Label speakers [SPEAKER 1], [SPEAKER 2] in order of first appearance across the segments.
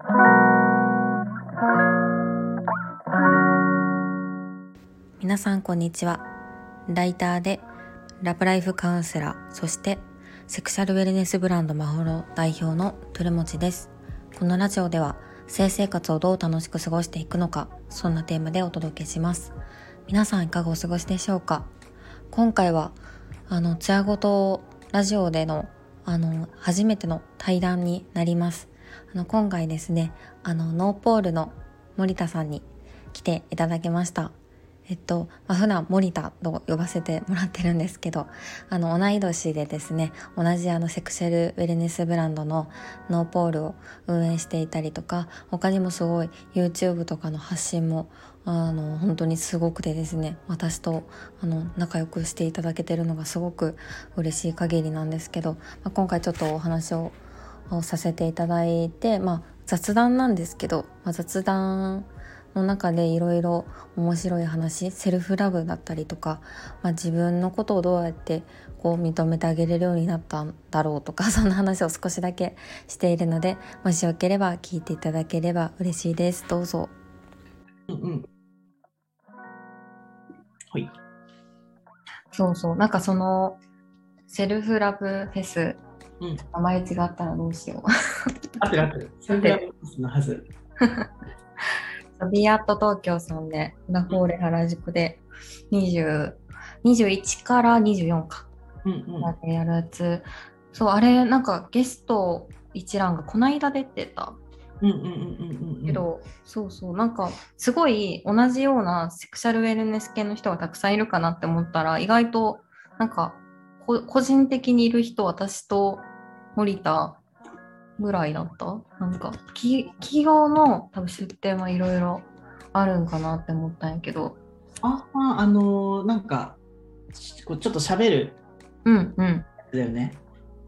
[SPEAKER 1] 皆さんこんにちは。ライターでラブライフカウンセラー、そしてセクシャルウェルネスブランドマホロ代表のトゥルモチです。このラジオでは性生活をどう楽しく過ごしていくのか、そんなテーマでお届けします。皆さんいかがお過ごしでしょうか。今回はツヤごとラジオでの初めての対談になります。今回ですね、ノーポールの森田さんに来ていただきました。普段森田と呼ばせてもらってるんですけど、同い年でですね、同じセクシャルウェルネスブランドのノーポールを運営していたりとか、他にもすごい YouTube とかの発信も本当にすごくてですね、私と仲良くしていただけてるのがすごく嬉しい限りなんですけど、今回ちょっとお話をさせていただいて、雑談なんですけど、雑談の中でいろいろ面白い話、セルフラブだったりとか、自分のことをどうやって認めてあげれるようになったんだろうとか、そんな話を少しだけしているので、もしよければ聞いていただければ嬉しいです。どうぞ。
[SPEAKER 2] はい。
[SPEAKER 1] なんかそのセルフラブフェス、名前違ったらどうしよう。
[SPEAKER 2] 合ってる。セルフラブフェスのはず。
[SPEAKER 1] ビアット東京さんで、ラフォーレ原宿で21から24か、までやるやつ。そう、あれなんかゲスト一覧がこないだ出てたけど、なんかすごい同じようなセクシャルウェルネス系の人がたくさんいるかなって思ったら、意外となんか個人的にいる人、私と森田ぐらいだった。なんか企業の多分出店はいろいろあるんかなって思ったんやけど、
[SPEAKER 2] なんかちょっと喋るやつだよね。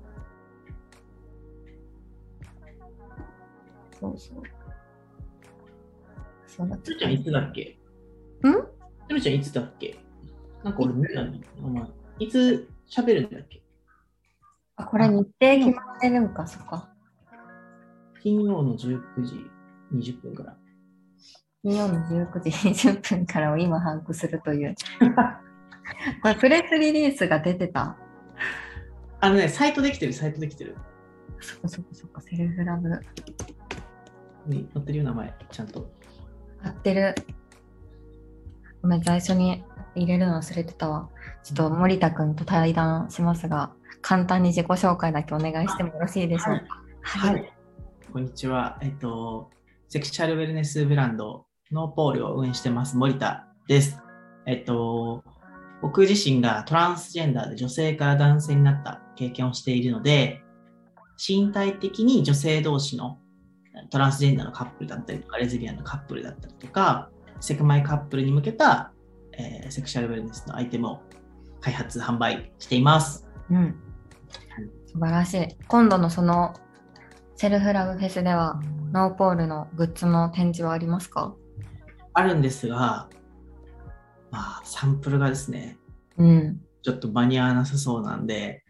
[SPEAKER 2] そうだった。つるちゃんいつだっけ？つるちゃんいつだっけ？なんか俺見たの。いつ喋るんだっけ？
[SPEAKER 1] これ日程決まってるんか、そっか。
[SPEAKER 2] 金曜の19時20分から。
[SPEAKER 1] 金曜の19時20分からを今把握するという。これプレスリリースが出てた。
[SPEAKER 2] サイトできてる。そっ
[SPEAKER 1] か、セルフラブ。
[SPEAKER 2] 載ってるよ、名前、ちゃんと。
[SPEAKER 1] 合ってる。ごめん、最初に入れるの忘れてたわ。ちょっと森田くんと対談しますが、簡単に自己紹介だけお願いしてもよろしいでしょうか。
[SPEAKER 2] はい。こんにちは。セクシャルウェルネスブランドノーポールを運営してます森田です。僕自身がトランスジェンダーで女性から男性になった経験をしているので、身体的に女性同士のトランスジェンダーのカップルだったりとか、レズビアンのカップルだったりとか、セクマイカップルに向けた、セクシャルウェルネスのアイテムを開発、販売しています。
[SPEAKER 1] 素晴らしい。今度のそのセルフラブフェスではノーポールのグッズの展示はありますか？
[SPEAKER 2] あるんですが、サンプルがですね、ちょっと間に合わなさそうなんで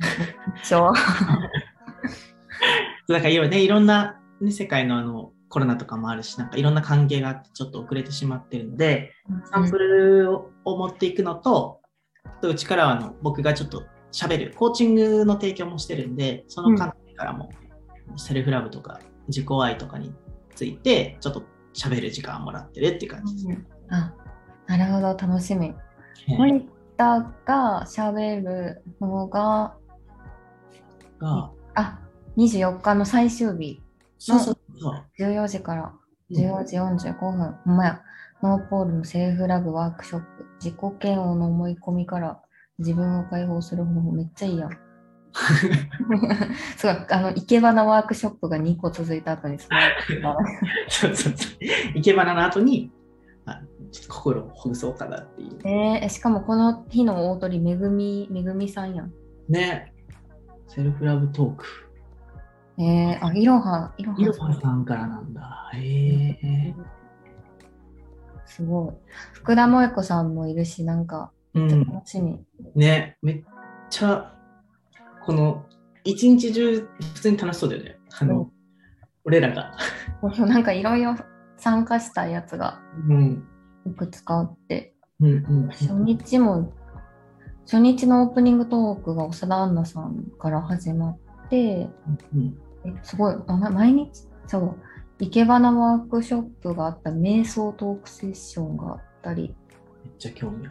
[SPEAKER 2] だから今ね、いろんな、世界のコロナとかもあるし、なんかいろんな関係があってちょっと遅れてしまってるので、サンプルを持っていくのと、うちからは僕がちょっと喋る、コーチングの提供もしてるんで、その観点からもセルフラブとか自己愛とかについてちょっと喋る時間をもらってるっていう感じです。
[SPEAKER 1] なるほど、楽しみ。森田が喋るのが24日の最終日の14時から14時45分。ほんまや。ノーポールのセルフラブワークショップ。自己嫌悪の思い込みから自分を解放する方法。めっちゃいいやん。すごい、生け花ワークショップが2個続いた後に
[SPEAKER 2] そう生け花の後にちょっと心をほぐそうかなっていう。
[SPEAKER 1] しかもこの日の大鳥めぐみさんやん
[SPEAKER 2] ね。セルフラブトーク。
[SPEAKER 1] いろは
[SPEAKER 2] さんからなんだ。
[SPEAKER 1] すごい。福田萌子さんもいるし、なんかめっちゃ楽しみ。
[SPEAKER 2] ね、めっちゃこの一日中普通に楽しそうだよね。 俺らが。
[SPEAKER 1] そうなんかいろいろ参加したやつが
[SPEAKER 2] うん。
[SPEAKER 1] いくつかあって、
[SPEAKER 2] うんうん
[SPEAKER 1] 初日のオープニングトークが長田アンナさんから始まって、
[SPEAKER 2] うん。
[SPEAKER 1] すごい、毎日、そう、生け花ワークショップがあったり、瞑想トークセッションがあったり、
[SPEAKER 2] めっちゃ興味ある。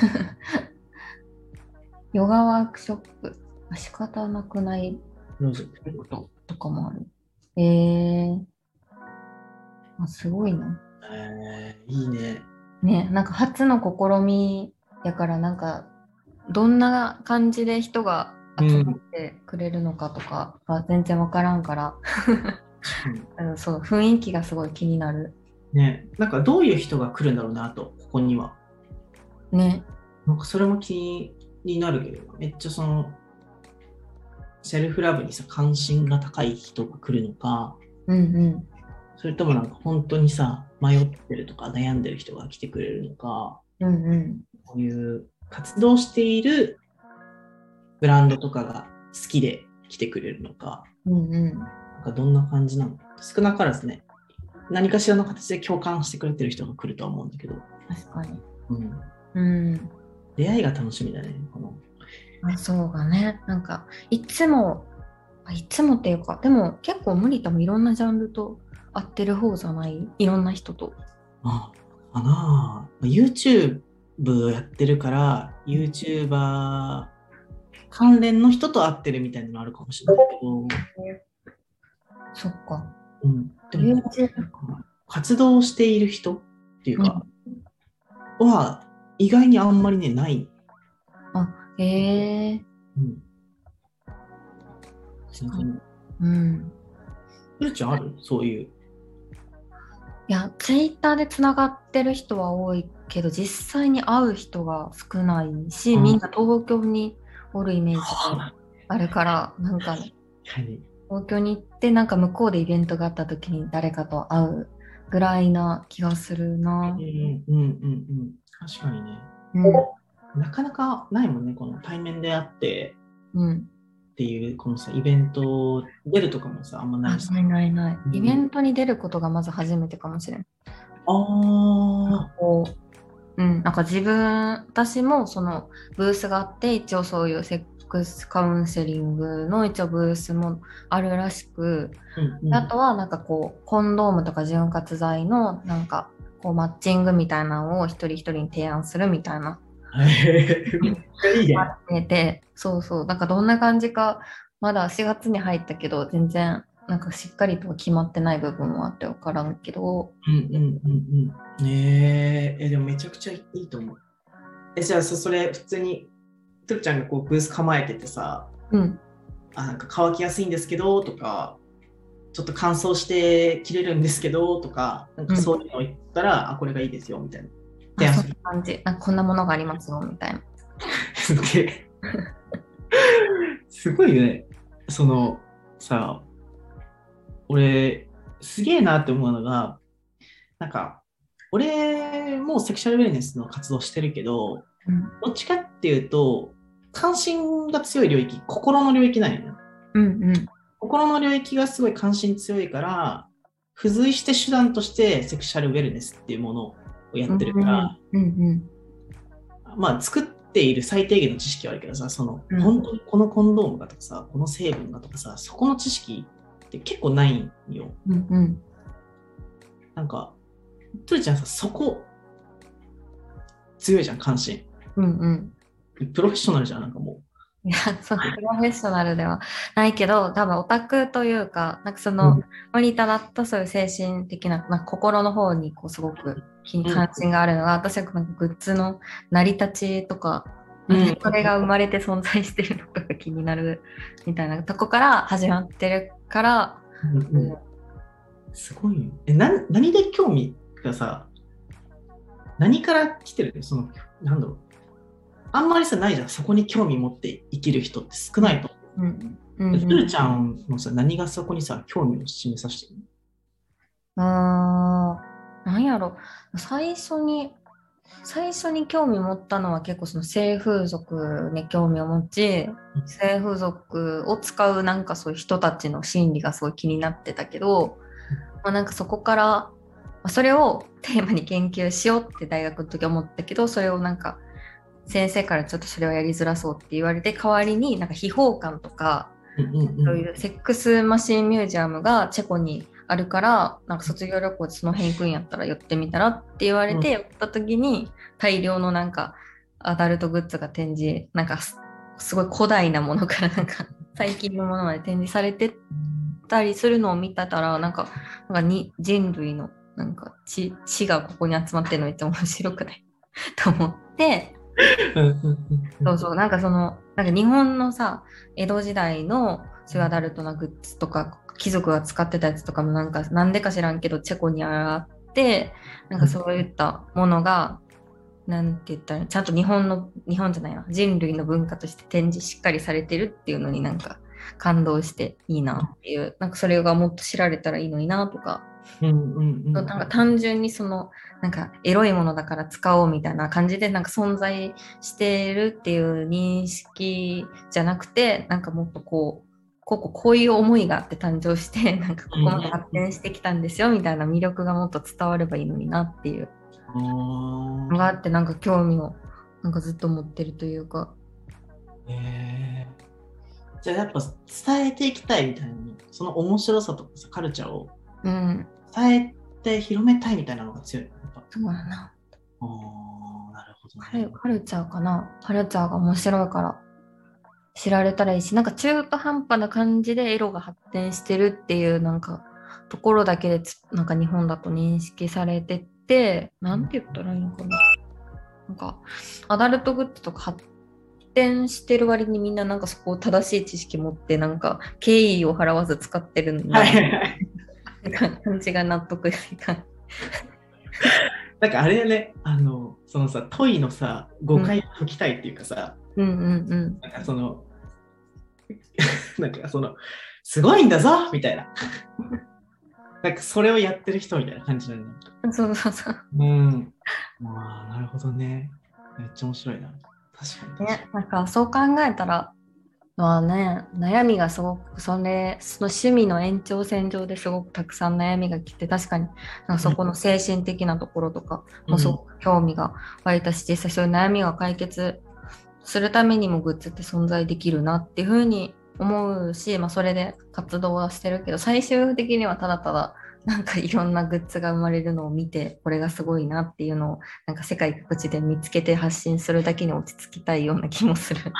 [SPEAKER 1] ヨガワークショップ、仕方なくない
[SPEAKER 2] ロジ
[SPEAKER 1] こととかもある。えー、すごいな。
[SPEAKER 2] いいね。
[SPEAKER 1] ね、なんか初の試みやから、なんか、どんな感じで人が集まっ
[SPEAKER 2] うん。
[SPEAKER 1] てくれるのかとかが全然わからんから、
[SPEAKER 2] 確かに。
[SPEAKER 1] そう、雰囲気がすごい気になる。
[SPEAKER 2] ね、なんかどういう人が来るんだろうなと、ここには。
[SPEAKER 1] ね。
[SPEAKER 2] なんかそれも気になるけど、めっちゃその、セルフラブにさ、関心が高い人が来るのか、
[SPEAKER 1] うんうん。
[SPEAKER 2] それともなんか本当にさ、迷ってるとか悩んでる人が来てくれるのか、
[SPEAKER 1] うんうん。
[SPEAKER 2] こういう活動しているブランドとかが好きで来てくれるのか、
[SPEAKER 1] うんうん。
[SPEAKER 2] なんかどんな感じなの？少なからずね、何かしらの形で共感してくれてる人が来るとは思うんだけど、
[SPEAKER 1] 確かに。
[SPEAKER 2] うん、
[SPEAKER 1] うん。
[SPEAKER 2] 出会いが楽しみだね、この。
[SPEAKER 1] そうだね。なんか、いつもっていうか、でも結構無理ともいろんなジャンルと合ってる方じゃない？いろんな人と。
[SPEAKER 2] あ、かなあ。YouTube をやってるから、YouTuber 関連の人と会ってるみたいなのあるかもしれないけど、
[SPEAKER 1] そっか。
[SPEAKER 2] うん、でも、
[SPEAKER 1] YouTube
[SPEAKER 2] 活動している人っていうか、は意外にあんまりね、ない。
[SPEAKER 1] へえ。
[SPEAKER 2] うん、全然。
[SPEAKER 1] うん。
[SPEAKER 2] ふるちゃんあるそういう。
[SPEAKER 1] いや、ツイッターでつながってる人は多いけど、実際に会う人が少ないし、みんな東京におるイメージがあるから、なんか、東京に行って、なんか向こうでイベントがあった時に誰かと会うぐらいな気がするな。
[SPEAKER 2] 確かにね。
[SPEAKER 1] うん。
[SPEAKER 2] なかなかないもんね、この対面で会って
[SPEAKER 1] うん。
[SPEAKER 2] っていう、このさ、イベント出るとかもさ、あんまないし。
[SPEAKER 1] ないないない。
[SPEAKER 2] うん
[SPEAKER 1] イベントに出ることがまず初めてかもしれん。
[SPEAKER 2] あ
[SPEAKER 1] こなんか私もそのブースがあって、一応そういうセックスカウンセリングの一応ブースもあるらしく、あとはなんかこう、コンドームとか潤滑剤のなんかこうマッチングみたいなのを一人一人に提案するみたいな。
[SPEAKER 2] めっちゃいいね。
[SPEAKER 1] そうそう。なんかどんな感じか、まだ4月に入ったけど、全然なんかしっかりと決まってない部分もあってわからんけど。
[SPEAKER 2] でもめちゃくちゃいいと思う。じゃあそれ普通に、トゥルちゃんがこうブース構えててさ、なんか乾きやすいんですけどとか、ちょっと乾燥して切れるんですけどとか、なんかそういうのを言ったら、これがいいですよみたいな。
[SPEAKER 1] そういう感じ。こんなものがありますよみたいな。
[SPEAKER 2] すげえ。すごいね。そのさ、俺、すげえなって思うのが、なんか、俺もセクシャルウェルネスの活動してるけど、どっちかっていうと、関心が強い領域、心の領域なんよね。心の領域がすごい関心強いから、付随して手段としてセクシャルウェルネスっていうものをやってるから、まあ作っている最低限の知識はあるけどさ、その、本当にこのコンドームがとかさ、この成分がとかさ、そこの知識って結構ないんよ。なんか、トゥルちゃんさ、そこ強いじゃん、関心。プロフェッショナルじゃん、なんかもう。
[SPEAKER 1] いや、そう、プロフェッショナルではないけど、多分オタクというか、なんかその、森田だったそういう精神的な、心の方にこうすごく関心があるのが、私はなんかグッズの成り立ちとか、それが生まれて存在してるのかが気になるみたいなとこから始まってるから、
[SPEAKER 2] すごいよ。何で興味がさ、何から来てるの？その、なんだろう。あんまりさ、ないじゃん。そこに興味持って生きる人って少ないと思う。トゥルちゃんのさ、何がそこにさ、興味を示させてる
[SPEAKER 1] の？なんやろ。最初に興味持ったのは結構その性風俗に興味を持ち、性風俗を使うなんかそういう人たちの心理がすごい気になってたけど、 まあ、なんかそこから、まあそれをテーマに研究しようって大学の時思ったけど、それをなんか先生からちょっとそれはやりづらそうって言われて、代わりになんか秘宝館とか、
[SPEAKER 2] うんうんうん。
[SPEAKER 1] そういうセックスマシンミュージアムがチェコにあるから、なんか卒業旅行でその辺行くんやったら寄ってみたらって言われ
[SPEAKER 2] うん
[SPEAKER 1] て、寄った時に大量のなんかアダルトグッズが展示、なんかすごい古代なものからなんか最近のものまで展示されてたりするのを見てたら、なんか人類のなんか血がここに集まってるのめっちゃ面白くないと思って、
[SPEAKER 2] うんうんうん
[SPEAKER 1] そうそう、なんかなんか日本のさ、江戸時代のそういうアダルトなグッズとか、貴族が使ってたやつとかもなんか、なんでか知らんけど、チェコにあって、なんかそういったものが、なんて言ったら、ちゃんと日本じゃないな、人類の文化として展示しっかりされてるっていうのになんか感動していいなっていう、なんかそれがもっと知られたらいいのになとか、
[SPEAKER 2] うんうんうん
[SPEAKER 1] なんか単純になんかエロいものだから使おうみたいな感じでなんか存在してるっていう認識じゃなくて、なんかもっとこういう思いがあって誕生して、なんかここまで発展してきたんですよみたいな魅力がもっと伝わればいいのになっていうのがあって、なんか興味をなんかずっと持ってるというか。
[SPEAKER 2] えじゃあやっぱ伝えていきたいみたいな、その面白さとかさ、カルチャーを
[SPEAKER 1] うん、
[SPEAKER 2] 伝えて広めたいみたいなのが強い。やっぱ
[SPEAKER 1] そうだな。
[SPEAKER 2] なるほどね。
[SPEAKER 1] カルチャーかな。カルチャーが面白いから知られたらいいし、なんか中途半端な感じでエロが発展してるっていうなんかところだけでなんか日本だと認識されてて、なんて言ったらいいのかな。なんかアダルトグッズとか発展してる割にみんななんかそこを正しい知識持ってなんか敬意を払わず使ってるの
[SPEAKER 2] はい
[SPEAKER 1] が、
[SPEAKER 2] はいはい。
[SPEAKER 1] なんか感じが納得いか
[SPEAKER 2] なんかあれね、そのさ、問いのさ、誤
[SPEAKER 1] ん。
[SPEAKER 2] 解を解きたいっていうかさ、
[SPEAKER 1] うんうんうん
[SPEAKER 2] なんかすごいんだぞみたいな。なんかそれをやってる人みたいな感じなんだ。
[SPEAKER 1] うん。そうそうそう。
[SPEAKER 2] うん。まあ、なるほどね。めっちゃ面白いな。確かに確か
[SPEAKER 1] ね、なんかそう考えたら、まあね、悩みがすごく、その趣味の延長線上ですごくたくさん悩みが来て、確かになんかそ
[SPEAKER 2] に。
[SPEAKER 1] この精神的なところとか
[SPEAKER 2] うん。
[SPEAKER 1] もすごく興味が湧いたし、実際そういう悩みが解決するためにもグッズって存在できるなっていうふうに思うし、まあそれで活動はしてるけど、最終的にはただただなんかいろんなグッズが生まれるのを見て、これがすごいなっていうのをなんか世界各地で見つけて発信するだけに落ち着きたいような気もする。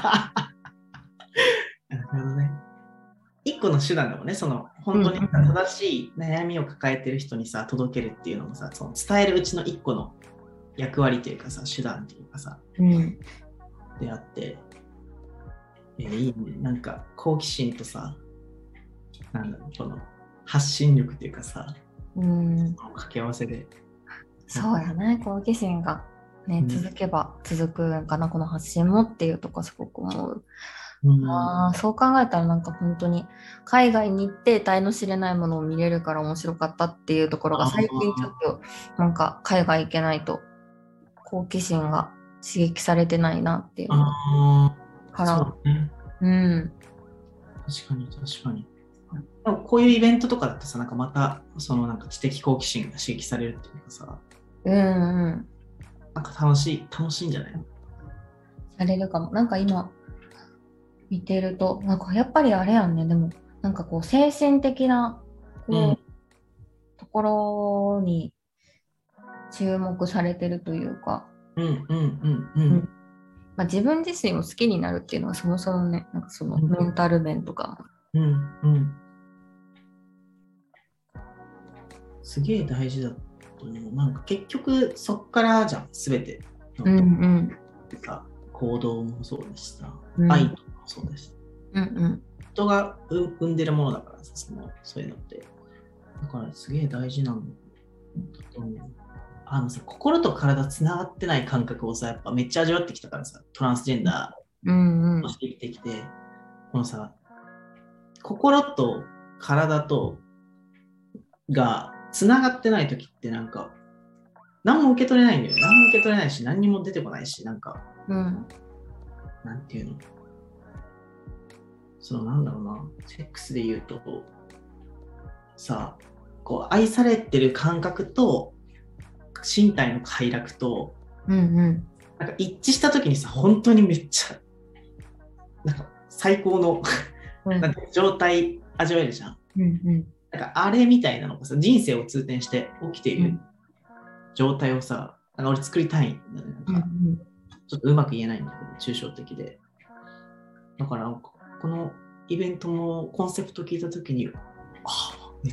[SPEAKER 2] なるほどね。一個の手段だもんね。
[SPEAKER 1] うんう
[SPEAKER 2] 本当に
[SPEAKER 1] ん
[SPEAKER 2] 正しい悩みを抱えてる人にさ、届けるっていうのもさ、伝えるうちの一個の役割というかさ、手段というかさ、
[SPEAKER 1] うん。
[SPEAKER 2] であって、いいね。なんか、好奇心とさ、なんだろう、この発信力っていうかさ、
[SPEAKER 1] うん、
[SPEAKER 2] 掛け合わせで、なんか、
[SPEAKER 1] そうやね。好奇心がね、
[SPEAKER 2] うん、
[SPEAKER 1] 続けば続くんかな、この発信もっていうとこすごく思う。
[SPEAKER 2] うん、
[SPEAKER 1] そう考えたらなんか本当に海外に行って得体の知れないものを見れるから面白かったっていうところが
[SPEAKER 2] あ
[SPEAKER 1] 最近ちょっとなんか海外行けないと好奇心が刺激されてないなっていうのが
[SPEAKER 2] あ
[SPEAKER 1] から、
[SPEAKER 2] そうね。
[SPEAKER 1] うん。
[SPEAKER 2] 確かに、確かに。でもこういうイベントとかだとさ、なんかまた、なんか知的好奇心が刺激されるっていうかさ、
[SPEAKER 1] うんうん。
[SPEAKER 2] なんか楽しいんじゃないの？
[SPEAKER 1] されるかも。なんか今見てると、なんかやっぱりあれやんね。でも、なんかこう精神的な、
[SPEAKER 2] うん、
[SPEAKER 1] ところに注目されてるというか、
[SPEAKER 2] うん、うん、うん、うん。
[SPEAKER 1] うん。まあ、自分自身を好きになるっていうのはそもそもね、なんかそのメンタル面とか、
[SPEAKER 2] うん、うん。すげえ大事だと思う。なんか結局そっからじゃん、すべての
[SPEAKER 1] うん
[SPEAKER 2] と
[SPEAKER 1] うん
[SPEAKER 2] さ、行動もそうですさ、
[SPEAKER 1] うん
[SPEAKER 2] 愛とかもそうです。
[SPEAKER 1] うんうん
[SPEAKER 2] 人が生んでるものだからさ、そういうのって。だからすげえ大事なんだと思う。心と体つながってない感覚をさ、やっぱめっちゃ味わってきたからさ、トランスジェンダ
[SPEAKER 1] うんうん
[SPEAKER 2] ーとして生きてきて、このさ、心と体とがつながってない時ってなんか、何も受け取れないんだよね。何も受け取れないし、何にも出てこないし、なんか、
[SPEAKER 1] うん
[SPEAKER 2] なんていうの、なんだろうな、セックスで言うと、さ、 こう愛されてる感覚と身体の快楽と、なんか一致した時にさ、本当にめっちゃなんか最高のなんか状態味わえるじゃん。なんかあれみたいなのがさ、人生を通転して起きている状態をさ、なんか俺作りたいんだね。なんかちょっとうまく言えないんだけど、抽象的で。だから、このイベントのコンセプト聞いたときに、めっ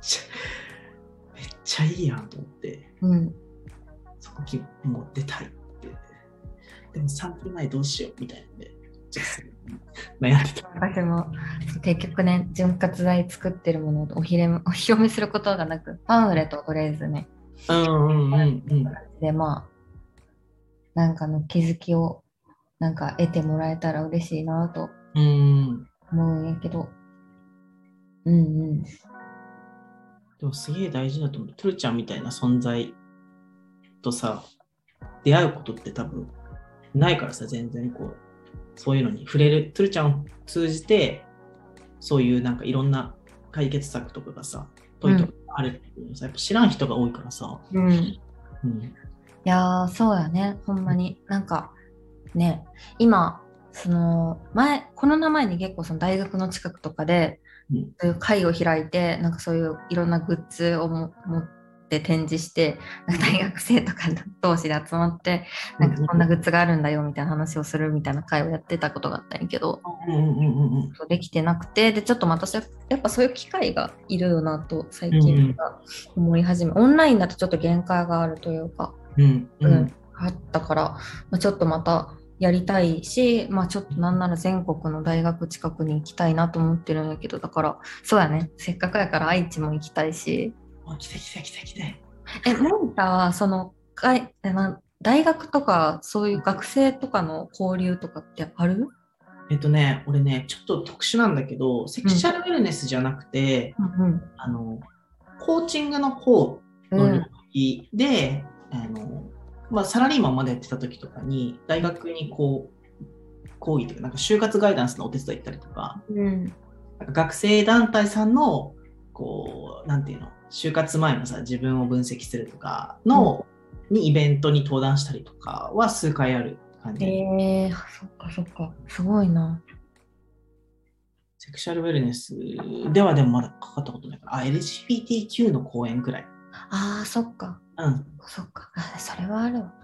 [SPEAKER 2] ちゃいいやんと思って、そこもう出たいって。でもサンプルないどうしようみたいなんで、ちょっと悩んでた。
[SPEAKER 1] 私も結局ね、潤滑剤作ってるものをお披露目することがなく、パンフレットをとりあえずね、で、まあ、なんかの気づきをなんか得てもらえたら嬉しいなと思うんやけど。
[SPEAKER 2] でもすげえ大事だと思う。トゥルちゃんみたいな存在とさ、出会うことって多分ないからさ、全然こう、そういうのに触れる。トゥルちゃんを通じて、そういうなんかいろんな解決策とかがさ、問いとかあるっていうのさ、やっぱ知らん人が多いからさ。
[SPEAKER 1] いやー、そうやね、ほんまに。なんかね、今、コロナ前に結構その大学の近くとかで、そういう会を開いて、なんかそういういろんなグッズを持って展示して、大学生とか同士で集まって、なんかこんなグッズがあるんだよみたいな話をするみたいな会をやってたことがあったんやけど、できてなくて、で、ちょっと私はやっぱそういう機会がいるよなと最近思い始め、オンラインだとちょっと限界があるというか、あったから、ちょっとまたやりたいし、ちょっとなんなら全国の大学近くに行きたいなと思ってるんやけど、だからそうやね、せっかくやから愛知も行きたいし。
[SPEAKER 2] 来て。
[SPEAKER 1] モンタは大学とかそういう学生とかの交流とかってある？
[SPEAKER 2] 俺ね、ちょっと特殊なんだけど、セクシャルウェルネスじゃなくて、コーチングの方の領域で、サラリーマンまでやってた時とかに、大学にこう、講義というか、なんか就活ガイダンスのお手伝い行ったりとか、なんか学生団体さんの、こう、なんていうの、就活前のさ、自分を分析するとかにイベントに登壇したりとかは数回ある感じ。
[SPEAKER 1] そっか、すごいな。
[SPEAKER 2] セクシャルウェルネスではでもまだかかったことないから、LGBTQ の講演くらい。
[SPEAKER 1] そっか。そっか。それはあるわ。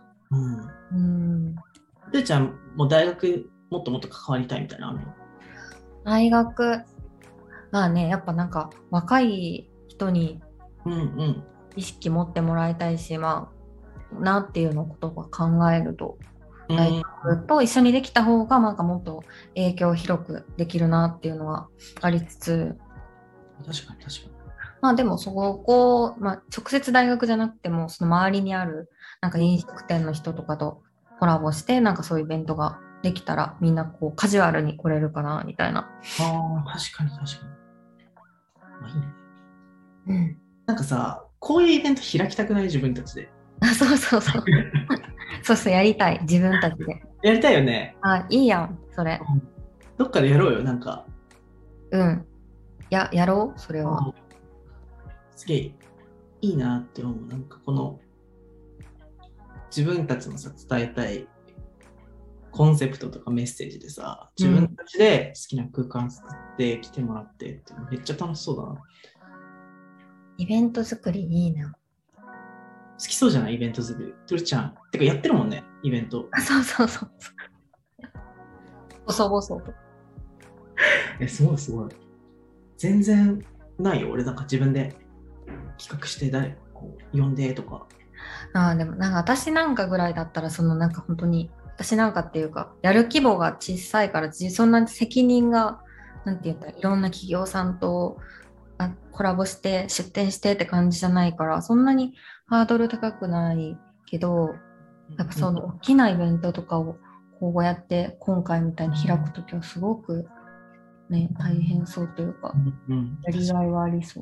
[SPEAKER 2] ルーちゃんも大学もっともっと関わりたいみたいなのあるの？
[SPEAKER 1] 大学、やっぱなんか若い人に意識持ってもらいたいし、なっていうのことを考えると、大学と一緒にできた方がなんかもっと影響を広くできるなっていうのはありつつ、
[SPEAKER 2] 確かに。
[SPEAKER 1] でもそこ、直接大学じゃなくてもその周りにあるなんか飲食店の人とかとコラボしてなんかそういうイベントができたらみんなこうカジュアルに来れるかなみたいな。
[SPEAKER 2] 確かに。いいね。なんかさ、こういうイベント開きたくない？自分たちで。
[SPEAKER 1] そうやりたい、自分たちで。
[SPEAKER 2] やりたいよね。
[SPEAKER 1] いいやん、それ。
[SPEAKER 2] どっかでやろうよ、なんか。
[SPEAKER 1] やろう、それは。
[SPEAKER 2] すげえいいなって思う。なんかこの自分たちのさ、伝えたいコンセプトとかメッセージでさ、自分たちで好きな空間作って来てもらってってめっちゃ楽しそうだな。
[SPEAKER 1] イベント作りいいな。
[SPEAKER 2] 好きそうじゃない？イベント作り。トゥルちゃん。てかやってるもんね、イベント。
[SPEAKER 1] そう。細々と。
[SPEAKER 2] すごい。全然ないよ。俺なんか自分で企画してこう呼んでとか。
[SPEAKER 1] でもなんか私なんかぐらいだったらなんか本当に私なんかっていうかやる規模が小さいからそんな責任がなんて言ったらいろんな企業さんとコラボして出展してって感じじゃないからそんなにハードル高くないけどやっぱその大きなイベントとかをこうやって今回みたいに開くときはすごくね大変そうというかやりがいはありそう。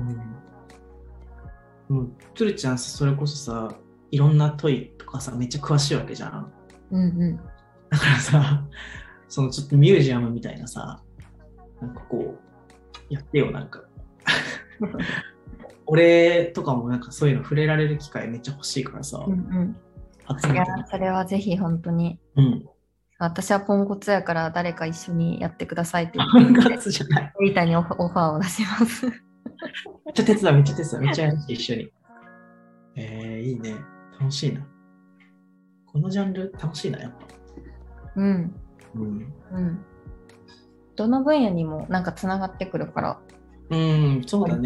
[SPEAKER 2] トゥルちゃんそれこそさいろんな問いとかさめっちゃ詳しいわけじゃん。だからさそのちょっとミュージアムみたいなさなんかこうやってよなんか俺とかもなんかそういうの触れられる機会めっちゃ欲しいからさ、
[SPEAKER 1] うん
[SPEAKER 2] 集めて。
[SPEAKER 1] それはぜひ本当に。
[SPEAKER 2] うん。
[SPEAKER 1] 私はポンコツやから誰か一緒にやってくださいって言
[SPEAKER 2] ハン
[SPEAKER 1] って、
[SPEAKER 2] ガツじゃない。
[SPEAKER 1] リータにオファーを出します。
[SPEAKER 2] めっちゃ手伝う、めっちゃ手伝う、めっちゃやるし、一緒に。いいね。楽しいな。このジャンル楽しいな、やっぱ。
[SPEAKER 1] うん。
[SPEAKER 2] うん。
[SPEAKER 1] うん。どの分野にもなんかつながってくるから。
[SPEAKER 2] うん、そうだね。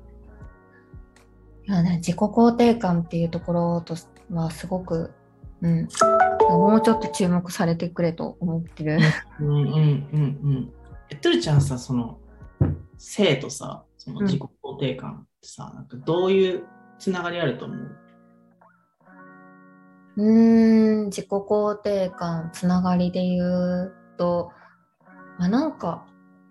[SPEAKER 1] いやね、自己肯定感っていうところとはすごく、もうちょっと注目されてくれと思ってる。
[SPEAKER 2] うんうんうんうん。トゥルちゃんさ、その性とさ、その自己肯定感ってさ、なんかどういうつながりあると思う？
[SPEAKER 1] 自己肯定感、つながりで言うと、なんか、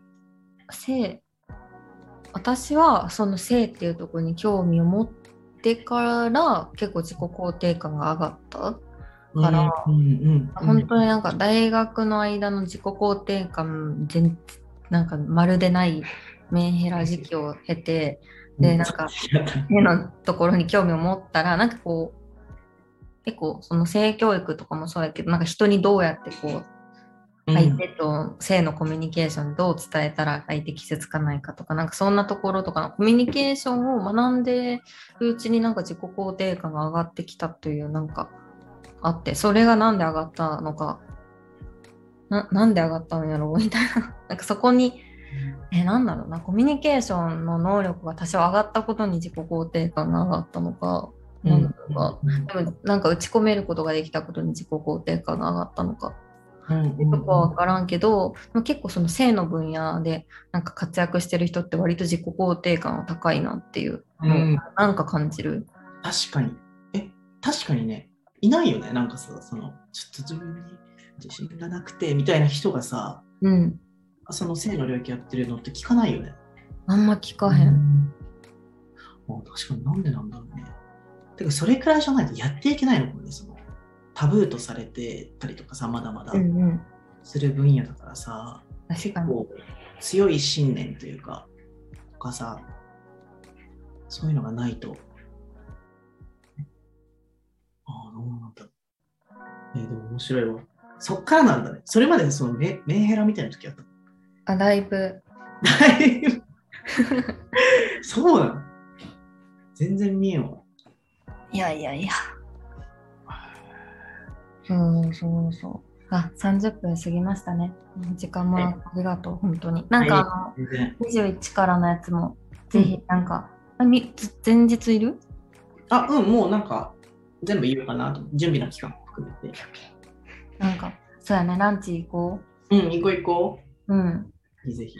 [SPEAKER 1] 私はその性っていうところに興味を持ってから結構自己肯定感が上がったから、本当になんか大学の間の自己肯定感なんかまるでないメンヘラ時期を経て、で、なんか目のところに興味を持ったら、なんかこう、結構その性教育とかもそうやけど、なんか人にどうやってこう、相手と性のコミュニケーションどう伝えたら相手傷つかないかとか、なんかそんなところとかのコミュニケーションを学んでるうちになんか自己肯定感が上がってきたというなんかあって、それがなんで上がったのか、なんで上がったんやろうみたいな。なんかそこに、なんだろうな、コミュニケーションの能力が多少上がったことに自己肯定感が上がったのか、なんだろうか、でもなんか打ち込めることができたことに自己肯定感が上がったのか。とかは分からんけど、結構その性の分野でなんか活躍してる人って割と自己肯定感が高いなっていうのをなんか感じる。
[SPEAKER 2] 確かに。確かにね、いないよね。なんかさ、ちょっと自分に自信がなくてみたいな人がさ、その性の領域やってるのって聞かないよね。
[SPEAKER 1] あんま聞かへん。
[SPEAKER 2] 確かになんでなんだろうね。てか、それくらいじゃないとやっていけないのかもね。タブーとされてたりとかさ、まだまだする分野だからさ、結構強い信念というか、とかさ、そういうのがないと。どうなんだろう。でも面白いわ。そっからなんだね。それまでそのメンヘラみたいな時あったの？
[SPEAKER 1] だいぶ。
[SPEAKER 2] そうなの？全然見えんわ。
[SPEAKER 1] いや。そう。30分過ぎましたね。時間もありがとう、本当に。なんか21からのやつも、ぜひ、なんか、前日いる？
[SPEAKER 2] もうなんか、全部言おうかなと。準備の期間も含めて。
[SPEAKER 1] なんか、そうやね、ランチ行こ
[SPEAKER 2] う。行こ
[SPEAKER 1] う。
[SPEAKER 2] ぜひ。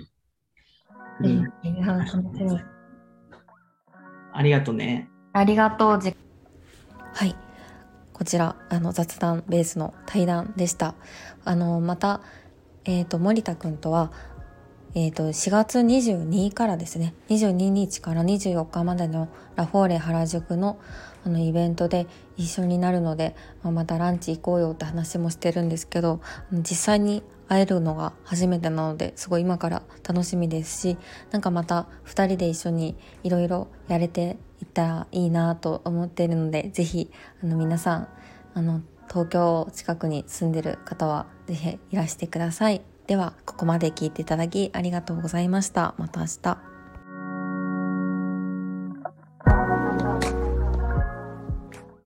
[SPEAKER 2] ありがとうね。
[SPEAKER 1] ありがとう。
[SPEAKER 3] はい。こちら雑談ベースの対談でした。また、森田くんとは、4月22日からですね、22日から24日までのラフォーレ原宿のイベントで一緒になるので、またランチ行こうよって話もしてるんですけど、実際に会えるのが初めてなのですごい今から楽しみですし、なんかまた2人で一緒にいろいろやれていったらいいなと思っているので、ぜひ皆さん東京近くに住んでる方はぜひいらしてください。ではここまで聞いていただきありがとうございました。また明日。